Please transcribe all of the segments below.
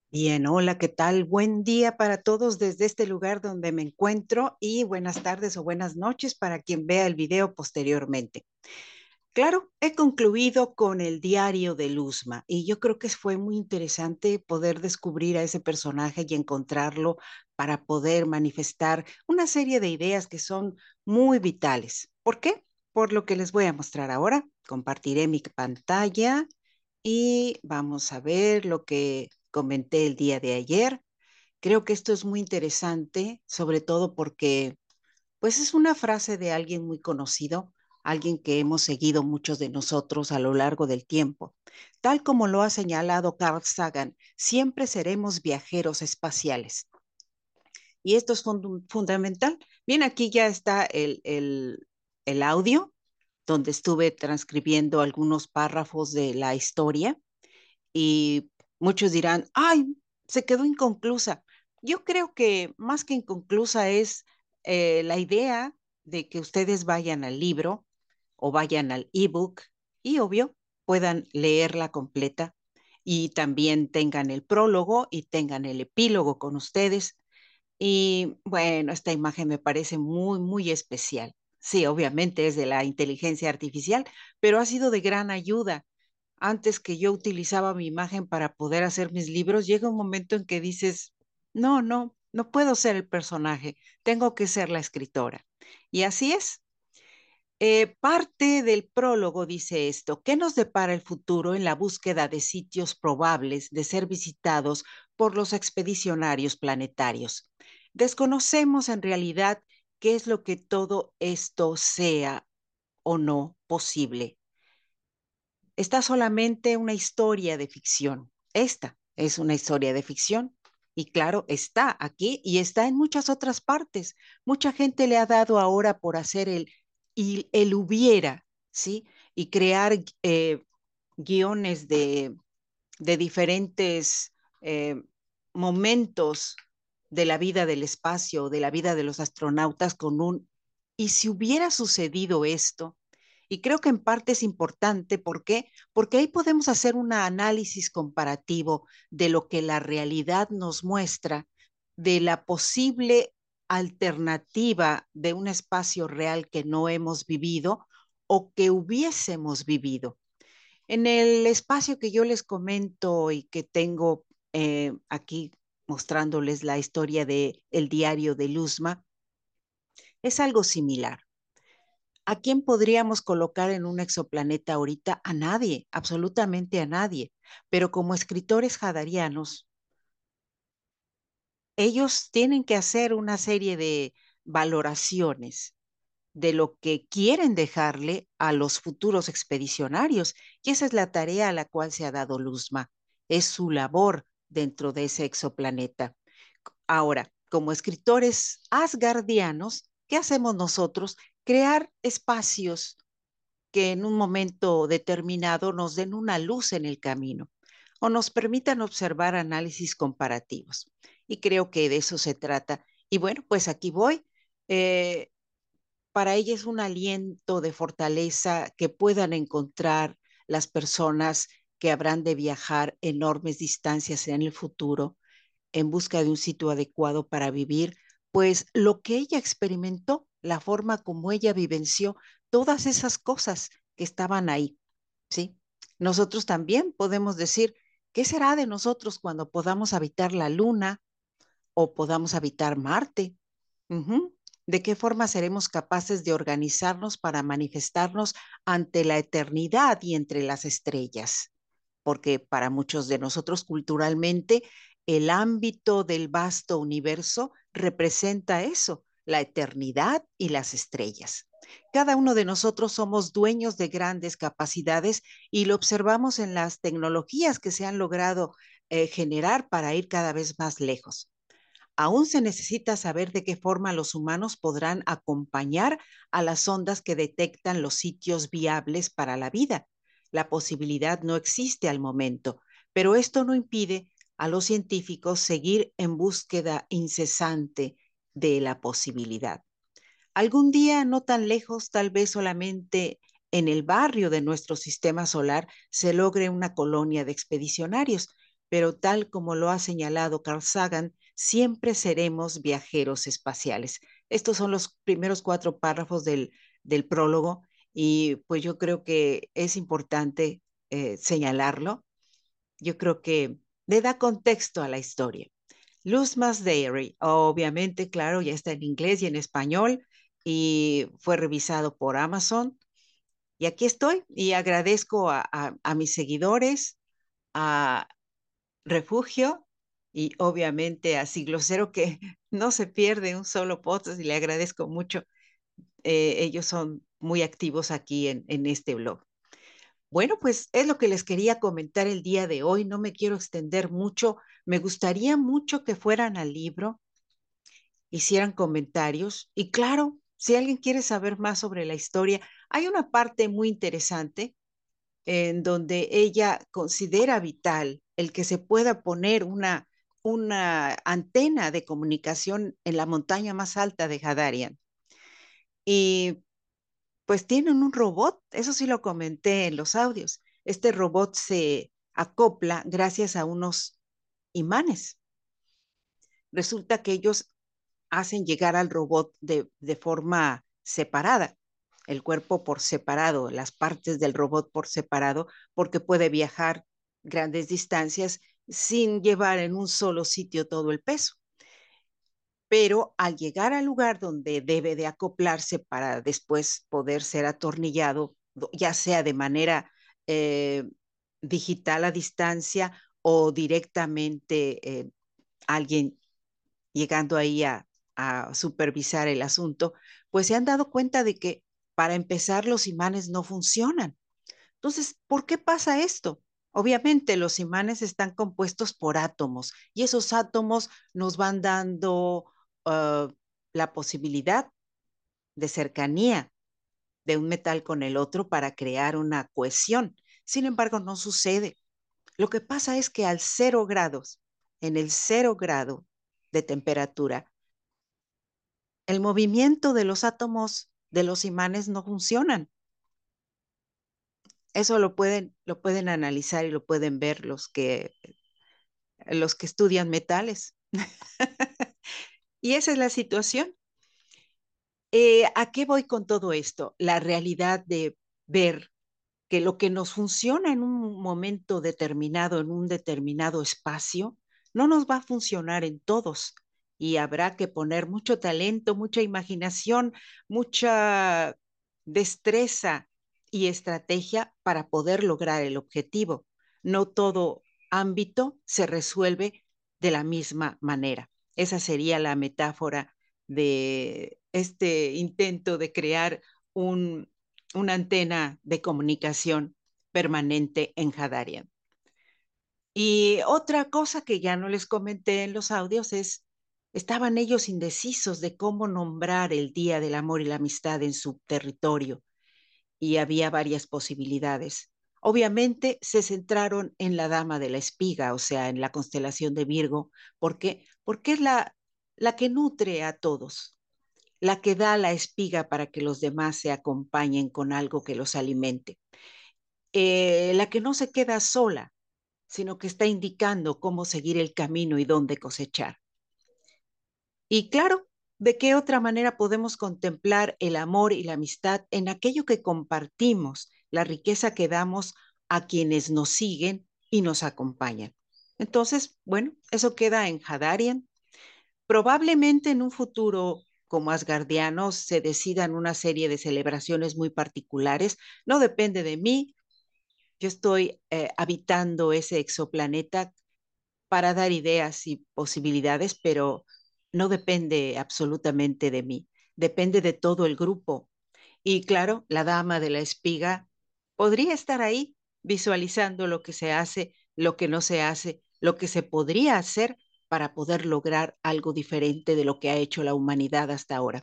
Bien, hola, ¿qué tal? Buen día para todos desde este lugar donde me encuentro y buenas tardes o buenas noches para quien vea el video posteriormente. Claro, he concluido con el diario de Luzma y yo creo que fue muy interesante poder descubrir a ese personaje y encontrarlo para poder manifestar una serie de ideas que son muy vitales. ¿Por qué? Por lo que les voy a mostrar ahora. Compartiré mi pantalla y vamos a ver lo que comenté el día de ayer. Creo que esto es muy interesante, sobre todo porque pues es una frase de alguien muy conocido, alguien que hemos seguido muchos de nosotros a lo largo del tiempo. Tal como lo ha señalado Carl Sagan, siempre seremos viajeros espaciales. Y esto es fundamental. Bien, aquí ya está el audio, donde estuve transcribiendo algunos párrafos de la historia y muchos dirán, ay, se quedó inconclusa. Yo creo que más que inconclusa es la idea de que ustedes vayan al libro o vayan al ebook y obvio puedan leerla completa y también tengan el prólogo y tengan el epílogo con ustedes. Y bueno, esta imagen me parece muy, muy especial. Sí, obviamente es de la inteligencia artificial, pero ha sido de gran ayuda. Antes que yo utilizaba mi imagen para poder hacer mis libros, llega un momento en que dices, no, no, no puedo ser el personaje, tengo que ser la escritora. Y así es. Parte del prólogo dice esto: ¿qué nos depara el futuro en la búsqueda de sitios probables de ser visitados por los expedicionarios planetarios? Desconocemos en realidad qué es lo que todo esto sea o no posible. Está solamente una historia de ficción. Esta es una historia de ficción. Y claro, está aquí y está en muchas otras partes. Mucha gente le ha dado ahora por hacer el hubiera, ¿sí? Y crear guiones de diferentes eh, momentos de la vida del espacio, de la vida de los astronautas con un, ¿y si hubiera sucedido esto? Y creo que en parte es importante, ¿por qué? Porque ahí podemos hacer un análisis comparativo de lo que la realidad nos muestra, de la posible alternativa de un espacio real que no hemos vivido o que hubiésemos vivido. En el espacio que yo les comento y que tengo aquí mostrándoles la historia de el diario de Luzma, es algo similar. ¿A quién podríamos colocar en un exoplaneta ahorita? A nadie, absolutamente a nadie. Pero como escritores hadarianos, ellos tienen que hacer una serie de valoraciones de lo que quieren dejarle a los futuros expedicionarios. Y esa es la tarea a la cual se ha dado Luzma. Es su labor dentro de ese exoplaneta. Ahora, como escritores asgardianos, ¿qué hacemos nosotros? Crear espacios que en un momento determinado nos den una luz en el camino o nos permitan observar análisis comparativos. Y creo que de eso se trata. Y bueno, pues aquí voy. Eh, para ella es un aliento de fortaleza que puedan encontrar las personas que habrán de viajar enormes distancias en el futuro en busca de un sitio adecuado para vivir, pues lo que ella experimentó, la forma como ella vivenció, todas esas cosas que estaban ahí, ¿sí? Nosotros también podemos decir, ¿qué será de nosotros cuando podamos habitar la luna o podamos habitar Marte? Ujú. ¿De qué forma seremos capaces de organizarnos para manifestarnos ante la eternidad y entre las estrellas? Porque para muchos de nosotros culturalmente el ámbito del vasto universo representa eso, la eternidad y las estrellas. Cada uno de nosotros somos dueños de grandes capacidades y lo observamos en las tecnologías que se han logrado generar para ir cada vez más lejos. Aún se necesita saber de qué forma los humanos podrán acompañar a las sondas que detectan los sitios viables para la vida. La posibilidad no existe al momento, pero esto no impide a los científicos seguir en búsqueda incesante de la posibilidad. Algún día, no tan lejos, tal vez solamente en el barrio de nuestro sistema solar, se logre una colonia de expedicionarios. pero tal como lo ha señalado Carl Sagan, siempre seremos viajeros espaciales. Estos son los primeros 4 párrafos del prólogo y pues yo creo que es importante señalarlo. Yo creo que le da contexto a la historia. Luzmas Diary, obviamente, claro, ya está en inglés y en español y fue revisado por Amazon. Y aquí estoy y agradezco a mis seguidores, a Refugio y obviamente a Siglo Cero, que no se pierde un solo podcast y le agradezco mucho. Ellos son muy activos aquí en este blog. Bueno, pues es lo que les quería comentar el día de hoy. No me quiero extender mucho. Me gustaría mucho que fueran al libro, hicieran comentarios y claro, si alguien quiere saber más sobre la historia, hay una parte muy interesante en donde ella considera vital el que se pueda poner una antena de comunicación en la montaña más alta de Hadarian. Y pues tienen un robot, eso sí lo comenté en los audios. Este robot se acopla gracias a unos imanes. Resulta que ellos hacen llegar al robot de forma separada, el cuerpo por separado, las partes del robot por separado, porque puede viajar grandes distancias sin llevar en un solo sitio todo el peso. Pero al llegar al lugar donde debe de acoplarse para después poder ser atornillado, ya sea de manera eh, digital a distancia o directamente alguien llegando ahí a supervisar el asunto, pues se han dado cuenta de que para empezar los imanes no funcionan. Entonces, ¿por qué pasa esto? Obviamente los imanes están compuestos por átomos y esos átomos nos van dando uh, la posibilidad de cercanía de un metal con el otro para crear una cohesión. Sin embargo, no sucede. Lo que pasa es que al 0 grados, en el 0 grado de temperatura, el movimiento de los átomos de los imanes no funcionan. Eso lo pueden analizar y lo pueden ver los que estudian metales. Y esa es la situación. ¿A qué voy con todo esto? La realidad de ver que lo que nos funciona en un momento determinado, en un determinado espacio, no nos va a funcionar en todos. Y habrá que poner mucho talento, mucha imaginación, mucha destreza y estrategia para poder lograr el objetivo. No todo ámbito se resuelve de la misma manera. Esa sería la metáfora de este intento de crear un, una antena de comunicación permanente en Hadarian. Y otra cosa que ya no les comenté en los audios es, estaban ellos indecisos de cómo nombrar el Día del Amor y la Amistad en su territorio y había varias posibilidades. Obviamente se centraron en la Dama de la Espiga, o sea, en la constelación de Virgo, porque es la que nutre a todos, la que da la espiga para que los demás se acompañen con algo que los alimente, la que no se queda sola, sino que está indicando cómo seguir el camino y dónde cosechar. Y claro, ¿de qué otra manera podemos contemplar el amor y la amistad en aquello que compartimos, la riqueza que damos a quienes nos siguen y nos acompañan? Entonces, bueno, eso queda en Hadarian. Probablemente en un futuro como asgardianos se decidan una serie de celebraciones muy particulares. No depende de mí. Yo estoy habitando ese exoplaneta para dar ideas y posibilidades, pero no depende absolutamente de mí. Depende de todo el grupo. Y claro, la dama de la espiga podría estar ahí visualizando lo que se hace, lo que no se hace, lo que se podría hacer para poder lograr algo diferente de lo que ha hecho la humanidad hasta ahora.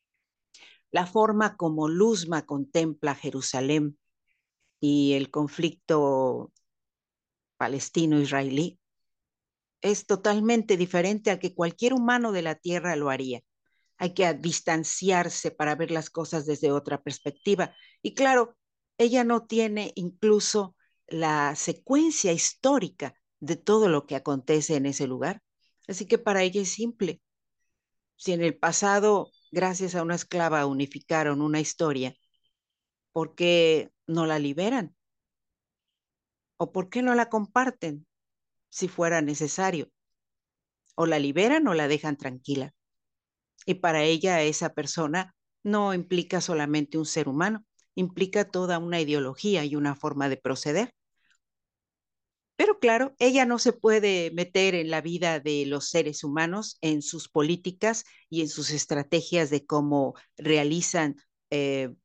La forma como Luzma contempla Jerusalén y el conflicto palestino-israelí es totalmente diferente al que cualquier humano de la Tierra lo haría. Hay que distanciarse para ver las cosas desde otra perspectiva. Y claro, ella no tiene incluso la secuencia histórica de todo lo que acontece en ese lugar. Así que para ella es simple. Si en el pasado, gracias a una esclava, unificaron una historia, ¿por qué no la liberan? ¿O por qué no la comparten si fuera necesario? O la liberan o la dejan tranquila. Y para ella esa persona no implica solamente un ser humano, implica toda una ideología y una forma de proceder. Pero claro, ella no se puede meter en la vida de los seres humanos, en sus políticas y en sus estrategias de cómo realizan eh,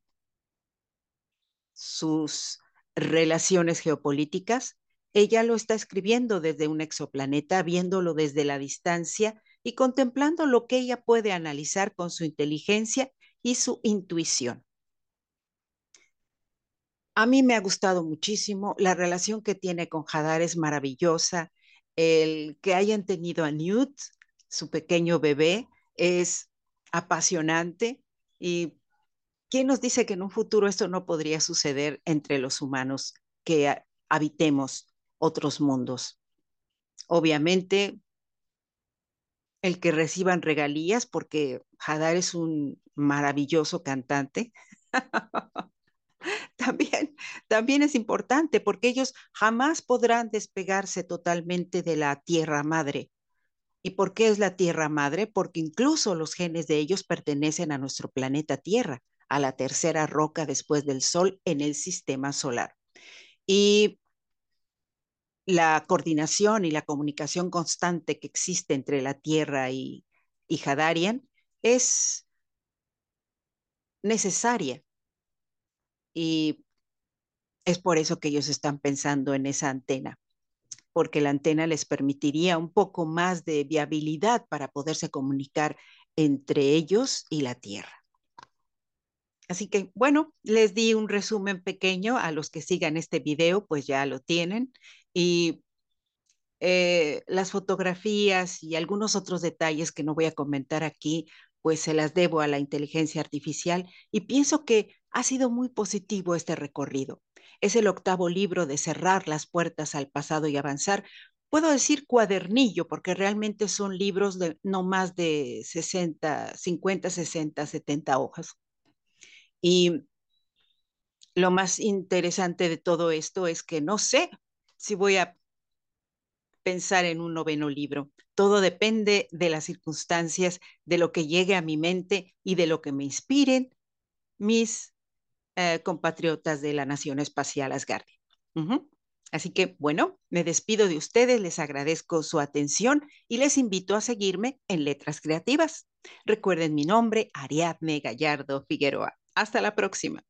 sus relaciones geopolíticas. Ella lo está escribiendo desde un exoplaneta, viéndolo desde la distancia y contemplando lo que ella puede analizar con su inteligencia y su intuición. A mí me ha gustado muchísimo, la relación que tiene con Hadar es maravillosa, el que hayan tenido a Newt, su pequeño bebé, es apasionante y ¿quién nos dice que en un futuro esto no podría suceder entre los humanos que habitemos otros mundos? Obviamente, el que reciban regalías, porque Hadar es un maravilloso cantante, también, también es importante porque ellos jamás podrán despegarse totalmente de la tierra madre. ¿Y por qué es la tierra madre? Porque incluso los genes de ellos pertenecen a nuestro planeta Tierra, a la tercera roca después del Sol en el sistema solar. Y la coordinación y la comunicación constante que existe entre la Tierra y Hadarian es necesaria y es por eso que ellos están pensando en esa antena, porque la antena les permitiría un poco más de viabilidad para poderse comunicar entre ellos y la Tierra. Así que, bueno, les di un resumen pequeño a los que sigan este video, pues ya lo tienen. Y las fotografías y algunos otros detalles que no voy a comentar aquí, pues se las debo a la inteligencia artificial y pienso que ha sido muy positivo este recorrido. Es el octavo libro de Cerrar las puertas al pasado y avanzar. Puedo decir cuadernillo porque realmente son libros de no más de 60, 50, 60, 70 hojas. Y lo más interesante de todo esto es que no sé si voy a pensar en un noveno libro. Todo depende de las circunstancias, de lo que llegue a mi mente y de lo que me inspiren mis compatriotas de la Nación Espacial Asgardia. Ujú. Así que, bueno, me despido de ustedes, les agradezco su atención y les invito a seguirme en Letras Creativas. Recuerden mi nombre, Ariadne Gallardo Figueroa. Hasta la próxima.